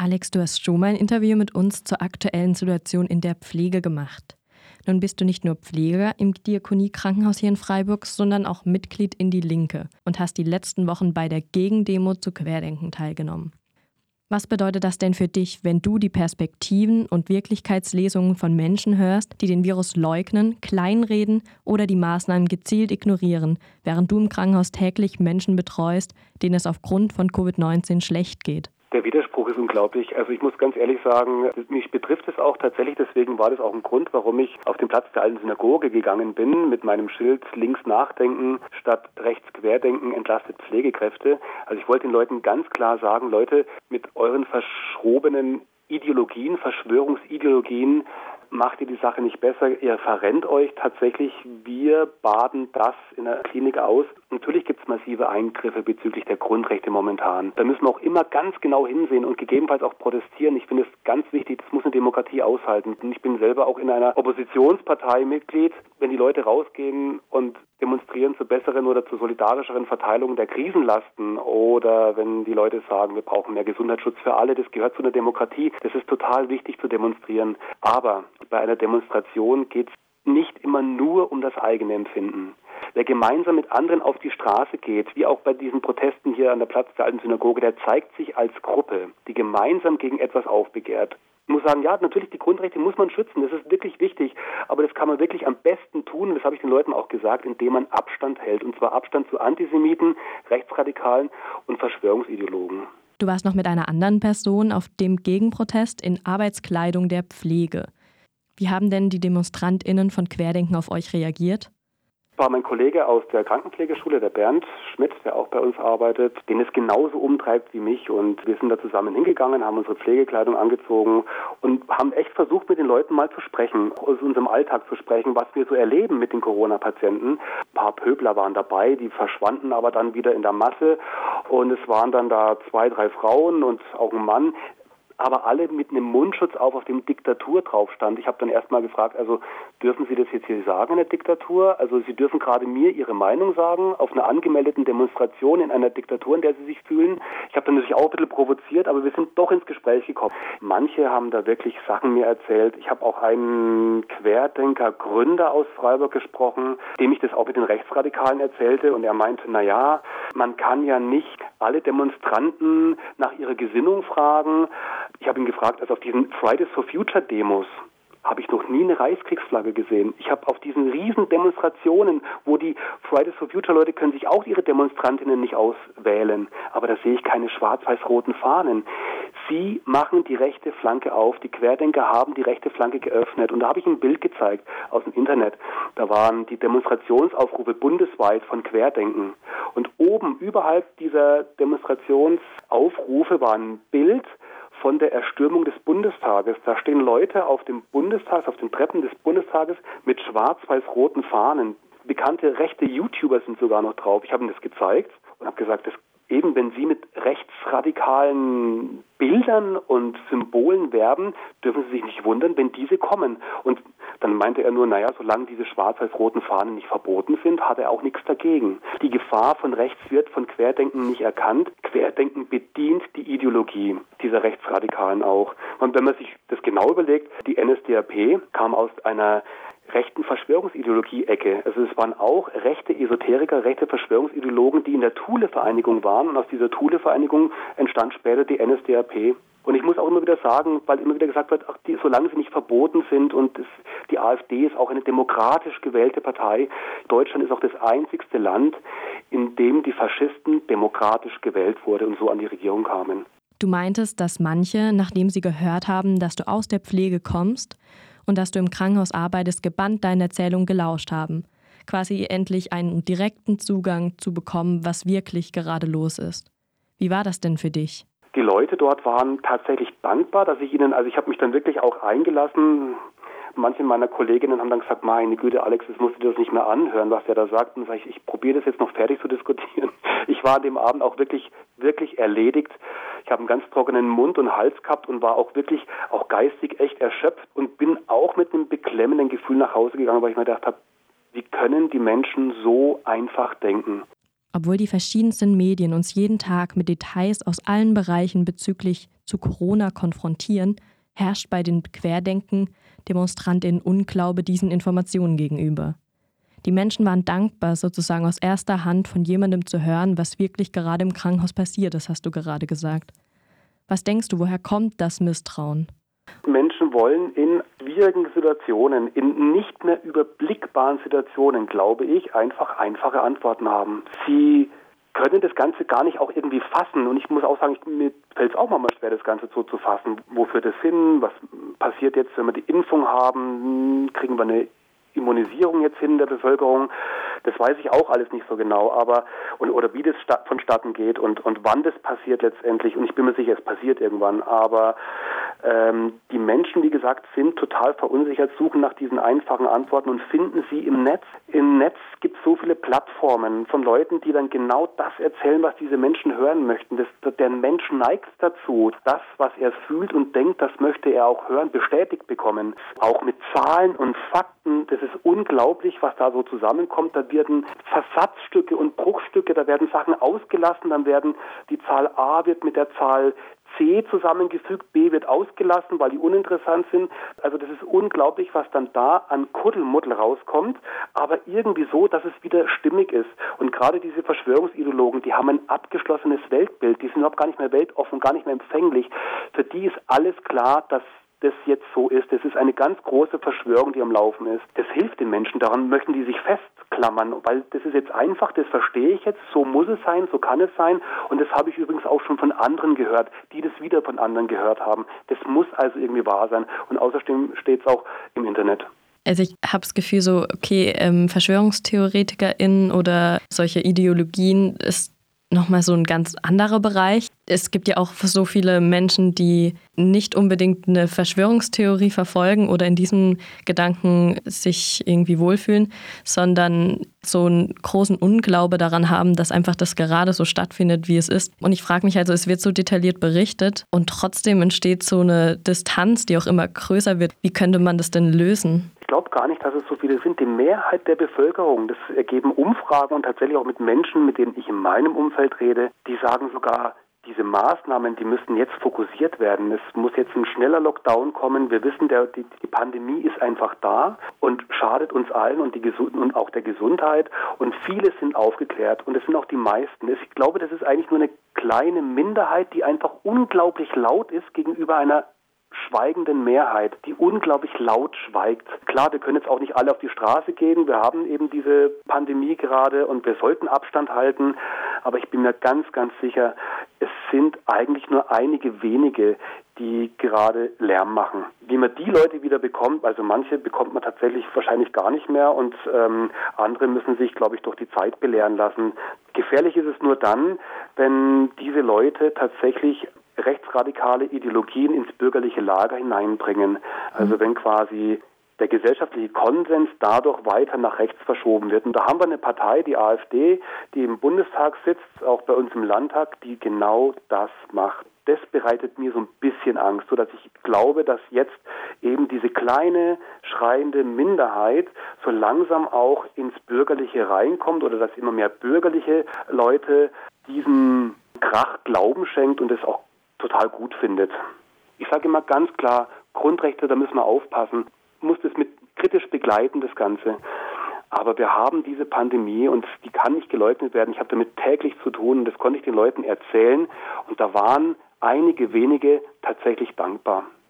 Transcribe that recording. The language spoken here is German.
Alex, du hast schon mal ein Interview mit uns zur aktuellen Situation in der Pflege gemacht. Nun bist du nicht nur Pfleger im Diakonie-Krankenhaus hier in Freiburg, sondern auch Mitglied in Die Linke und hast die letzten Wochen bei der Gegendemo zu Querdenken teilgenommen. Was bedeutet das denn für dich, wenn du die Perspektiven und Wirklichkeitslesungen von Menschen hörst, die den Virus leugnen, kleinreden oder die Maßnahmen gezielt ignorieren, während du im Krankenhaus täglich Menschen betreust, denen es aufgrund von Covid-19 schlecht geht? Der Widerspruch ist unglaublich. Also ich muss ganz ehrlich sagen, mich betrifft es auch tatsächlich, deswegen war das auch ein Grund, warum ich auf den Platz der alten Synagoge gegangen bin, mit meinem Schild links nachdenken statt rechts querdenken, entlastet Pflegekräfte. Also ich wollte den Leuten ganz klar sagen, Leute, mit euren verschrobenen Ideologien, Verschwörungsideologien, macht ihr die Sache nicht besser, ihr verrennt euch tatsächlich, wir baden das in der Klinik aus. Natürlich gibt es massive Eingriffe bezüglich der Grundrechte momentan. Da müssen wir auch immer ganz genau hinsehen und gegebenenfalls auch protestieren. Ich finde es ganz wichtig, das muss eine Demokratie aushalten. Und ich bin selber auch in einer Oppositionspartei Mitglied. Wenn die Leute rausgehen und demonstrieren zur besseren oder zur solidarischeren Verteilung der Krisenlasten oder wenn die Leute sagen, wir brauchen mehr Gesundheitsschutz für alle, das gehört zu einer Demokratie. Das ist total wichtig zu demonstrieren. Aber bei einer Demonstration geht es nicht immer nur um das eigene Empfinden. Wer gemeinsam mit anderen auf die Straße geht, wie auch bei diesen Protesten hier an der Platz der alten Synagoge, der zeigt sich als Gruppe, die gemeinsam gegen etwas aufbegehrt. Ich muss sagen, ja, natürlich, die Grundrechte muss man schützen, das ist wirklich wichtig, aber das kann man wirklich am besten tun, und das habe ich den Leuten auch gesagt, indem man Abstand hält, und zwar Abstand zu Antisemiten, Rechtsradikalen und Verschwörungsideologen. Du warst noch mit einer anderen Person auf dem Gegenprotest in Arbeitskleidung der Pflege. Wie haben denn die DemonstrantInnen von Querdenken auf euch reagiert? War mein Kollege aus der Krankenpflegeschule, der Bernd Schmidt, der auch bei uns arbeitet, den es genauso umtreibt wie mich, und wir sind da zusammen hingegangen, haben unsere Pflegekleidung angezogen und haben echt versucht, mit den Leuten mal zu sprechen, aus unserem Alltag zu sprechen, was wir so erleben mit den Corona-Patienten. Ein paar Pöbler waren dabei, die verschwanden aber dann wieder in der Masse, und es waren dann da 2, 3 Frauen und auch ein Mann, aber alle mit einem Mundschutz auf dem Diktatur drauf stand. Ich habe dann erstmal gefragt, also dürfen Sie das jetzt hier sagen in der Diktatur? Also Sie dürfen gerade mir Ihre Meinung sagen auf einer angemeldeten Demonstration in einer Diktatur, in der Sie sich fühlen. Ich habe dann natürlich auch ein bisschen provoziert, aber wir sind doch ins Gespräch gekommen. Manche haben da wirklich Sachen mir erzählt. Ich habe auch einen Querdenker-Gründer aus Freiburg gesprochen, dem ich das auch mit den Rechtsradikalen erzählte, und er meinte, naja, man kann ja nicht alle Demonstranten nach ihrer Gesinnung fragen. Ich habe ihn gefragt, also auf diesen Fridays for Future Demos habe ich noch nie eine Reichskriegsflagge gesehen. Ich habe auf diesen riesen Demonstrationen, wo die Fridays for Future Leute können sich auch ihre Demonstrantinnen nicht auswählen, aber da sehe ich keine schwarz-weiß-roten Fahnen. Sie machen die rechte Flanke auf, die Querdenker haben die rechte Flanke geöffnet, und da habe ich ein Bild gezeigt aus dem Internet. Da waren die Demonstrationsaufrufe bundesweit von Querdenken, und oben überhalb dieser Demonstrationsaufrufe war ein Bild von der Erstürmung des Bundestages. Da stehen Leute auf dem Bundestag, auf den Treppen des Bundestages mit schwarz-weiß-roten Fahnen. Bekannte rechte YouTuber sind sogar noch drauf. Ich habe ihnen das gezeigt und habe gesagt, eben wenn Sie mit rechtsradikalen Bildern und Symbolen werben, dürfen Sie sich nicht wundern, wenn diese kommen. Und dann meinte er nur, naja, solange diese schwarz-weiß-roten Fahnen nicht verboten sind, hat er auch nichts dagegen. Die Gefahr von rechts wird von Querdenken nicht erkannt. Querdenken bedient die Ideologie dieser Rechtsradikalen auch. Und wenn man sich das genau überlegt, die NSDAP kam aus einer rechten Verschwörungsideologie-Ecke. Also es waren auch rechte Esoteriker, rechte Verschwörungsideologen, die in der Thule-Vereinigung waren, und aus dieser Thule-Vereinigung entstand später die NSDAP. Und ich muss auch immer wieder sagen, weil immer wieder gesagt wird, solange sie nicht verboten sind, und die AfD ist auch eine demokratisch gewählte Partei. Deutschland ist auch das einzigste Land, in dem die Faschisten demokratisch gewählt wurde und so an die Regierung kamen. Du meintest, dass manche, nachdem sie gehört haben, dass du aus der Pflege kommst und dass du im Krankenhaus arbeitest, gebannt deiner Erzählung gelauscht haben. Quasi endlich einen direkten Zugang zu bekommen, was wirklich gerade los ist. Wie war das denn für dich? Die Leute dort waren tatsächlich dankbar, dass ich ich habe mich dann wirklich auch eingelassen. Manche meiner Kolleginnen haben dann gesagt, meine Güte, Alex, das musst du dir das nicht mehr anhören, was der da sagt. Und sage ich probiere das jetzt noch fertig zu diskutieren. Ich war an dem Abend auch wirklich, wirklich erledigt. Ich habe einen ganz trockenen Mund und Hals gehabt und war auch wirklich, auch geistig echt erschöpft, und bin auch mit einem beklemmenden Gefühl nach Hause gegangen, weil ich mir gedacht habe, wie können die Menschen so einfach denken? Obwohl die verschiedensten Medien uns jeden Tag mit Details aus allen Bereichen bezüglich zu Corona konfrontieren, herrscht bei den QuerdenkenDemonstrantInnen Unglaube diesen Informationen gegenüber. Die Menschen waren dankbar, sozusagen aus erster Hand von jemandem zu hören, was wirklich gerade im Krankenhaus passiert, das hast du gerade gesagt. Was denkst du, woher kommt das Misstrauen? Menschen wollen in schwierigen Situationen, in nicht mehr überblickbaren Situationen, glaube ich, einfach einfache Antworten haben. Sie können das Ganze gar nicht auch irgendwie fassen. Und ich muss auch sagen, mir fällt es auch manchmal schwer, das Ganze so zu fassen. Wo führt das hin? Was passiert jetzt, wenn wir die Impfung haben? Kriegen wir eine Immunisierung jetzt hin der Bevölkerung? Das weiß ich auch alles nicht so genau, aber oder wie das vonstatten geht und wann das passiert letztendlich. Und ich bin mir sicher, es passiert irgendwann. Aber die Menschen, wie gesagt, sind total verunsichert, suchen nach diesen einfachen Antworten und finden sie im Netz. Im Netz gibt es so viele Plattformen von Leuten, die dann genau das erzählen, was diese Menschen hören möchten. Der Mensch neigt dazu, das, was er fühlt und denkt, das möchte er auch hören, bestätigt bekommen. Auch mit Zahlen und Fakten, das ist unglaublich, was da so zusammenkommt. Da werden Versatzstücke und Bruchstücke, da werden Sachen ausgelassen, dann werden die Zahl A wird mit der Zahl C zusammengefügt, B wird ausgelassen, weil die uninteressant sind. Also das ist unglaublich, was dann da an Kuddelmuddel rauskommt, aber irgendwie so, dass es wieder stimmig ist. Und gerade diese Verschwörungsideologen, die haben ein abgeschlossenes Weltbild, die sind überhaupt gar nicht mehr weltoffen, gar nicht mehr empfänglich. Für die ist alles klar, dass das jetzt so ist. Das ist eine ganz große Verschwörung, die am Laufen ist. Das hilft den Menschen, daran möchten die sich festklammern, weil das ist jetzt einfach, das verstehe ich jetzt, so muss es sein, so kann es sein und das habe ich übrigens auch schon von anderen gehört, die das wieder von anderen gehört haben. Das muss also irgendwie wahr sein und außerdem steht es auch im Internet. Also ich habe das Gefühl so, okay, VerschwörungstheoretikerInnen oder solche Ideologien ist nochmal so ein ganz anderer Bereich. Es gibt ja auch so viele Menschen, die nicht unbedingt eine Verschwörungstheorie verfolgen oder in diesem Gedanken sich irgendwie wohlfühlen, sondern so einen großen Unglaube daran haben, dass einfach das gerade so stattfindet, wie es ist. Und ich frage mich also, es wird so detailliert berichtet und trotzdem entsteht so eine Distanz, die auch immer größer wird. Wie könnte man das denn lösen? Ich glaube gar nicht, dass es so viele sind. Die Mehrheit der Bevölkerung, das ergeben Umfragen und tatsächlich auch mit Menschen, mit denen ich in meinem Umfeld rede, die sagen sogar, diese Maßnahmen, die müssen jetzt fokussiert werden. Es muss jetzt ein schneller Lockdown kommen. Wir wissen, die Pandemie ist einfach da und schadet uns allen und auch der Gesundheit. Und viele sind aufgeklärt und es sind auch die meisten. Ich glaube, das ist eigentlich nur eine kleine Minderheit, die einfach unglaublich laut ist gegenüber einer schweigenden Mehrheit, die unglaublich laut schweigt. Klar, wir können jetzt auch nicht alle auf die Straße gehen. Wir haben eben diese Pandemie gerade und wir sollten Abstand halten. Aber ich bin mir ganz, ganz sicher, es sind eigentlich nur einige wenige, die gerade Lärm machen. Wie man die Leute wieder bekommt, also manche bekommt man tatsächlich wahrscheinlich gar nicht mehr und andere müssen sich, glaube ich, durch die Zeit belehren lassen. Gefährlich ist es nur dann, wenn diese Leute tatsächlich rechtsradikale Ideologien ins bürgerliche Lager hineinbringen. Also wenn quasi der gesellschaftliche Konsens dadurch weiter nach rechts verschoben wird. Und da haben wir eine Partei, die AfD, die im Bundestag sitzt, auch bei uns im Landtag, die genau das macht. Das bereitet mir so ein bisschen Angst, sodass ich glaube, dass jetzt eben diese kleine, schreiende Minderheit so langsam auch ins Bürgerliche reinkommt oder dass immer mehr bürgerliche Leute diesem Krach Glauben schenkt und es auch total gut findet. Ich sage immer ganz klar, Grundrechte, da müssen wir aufpassen, muss das mit kritisch begleiten, das Ganze. Aber wir haben diese Pandemie und die kann nicht geleugnet werden. Ich habe damit täglich zu tun und das konnte ich den Leuten erzählen und da waren einige wenige tatsächlich dankbar.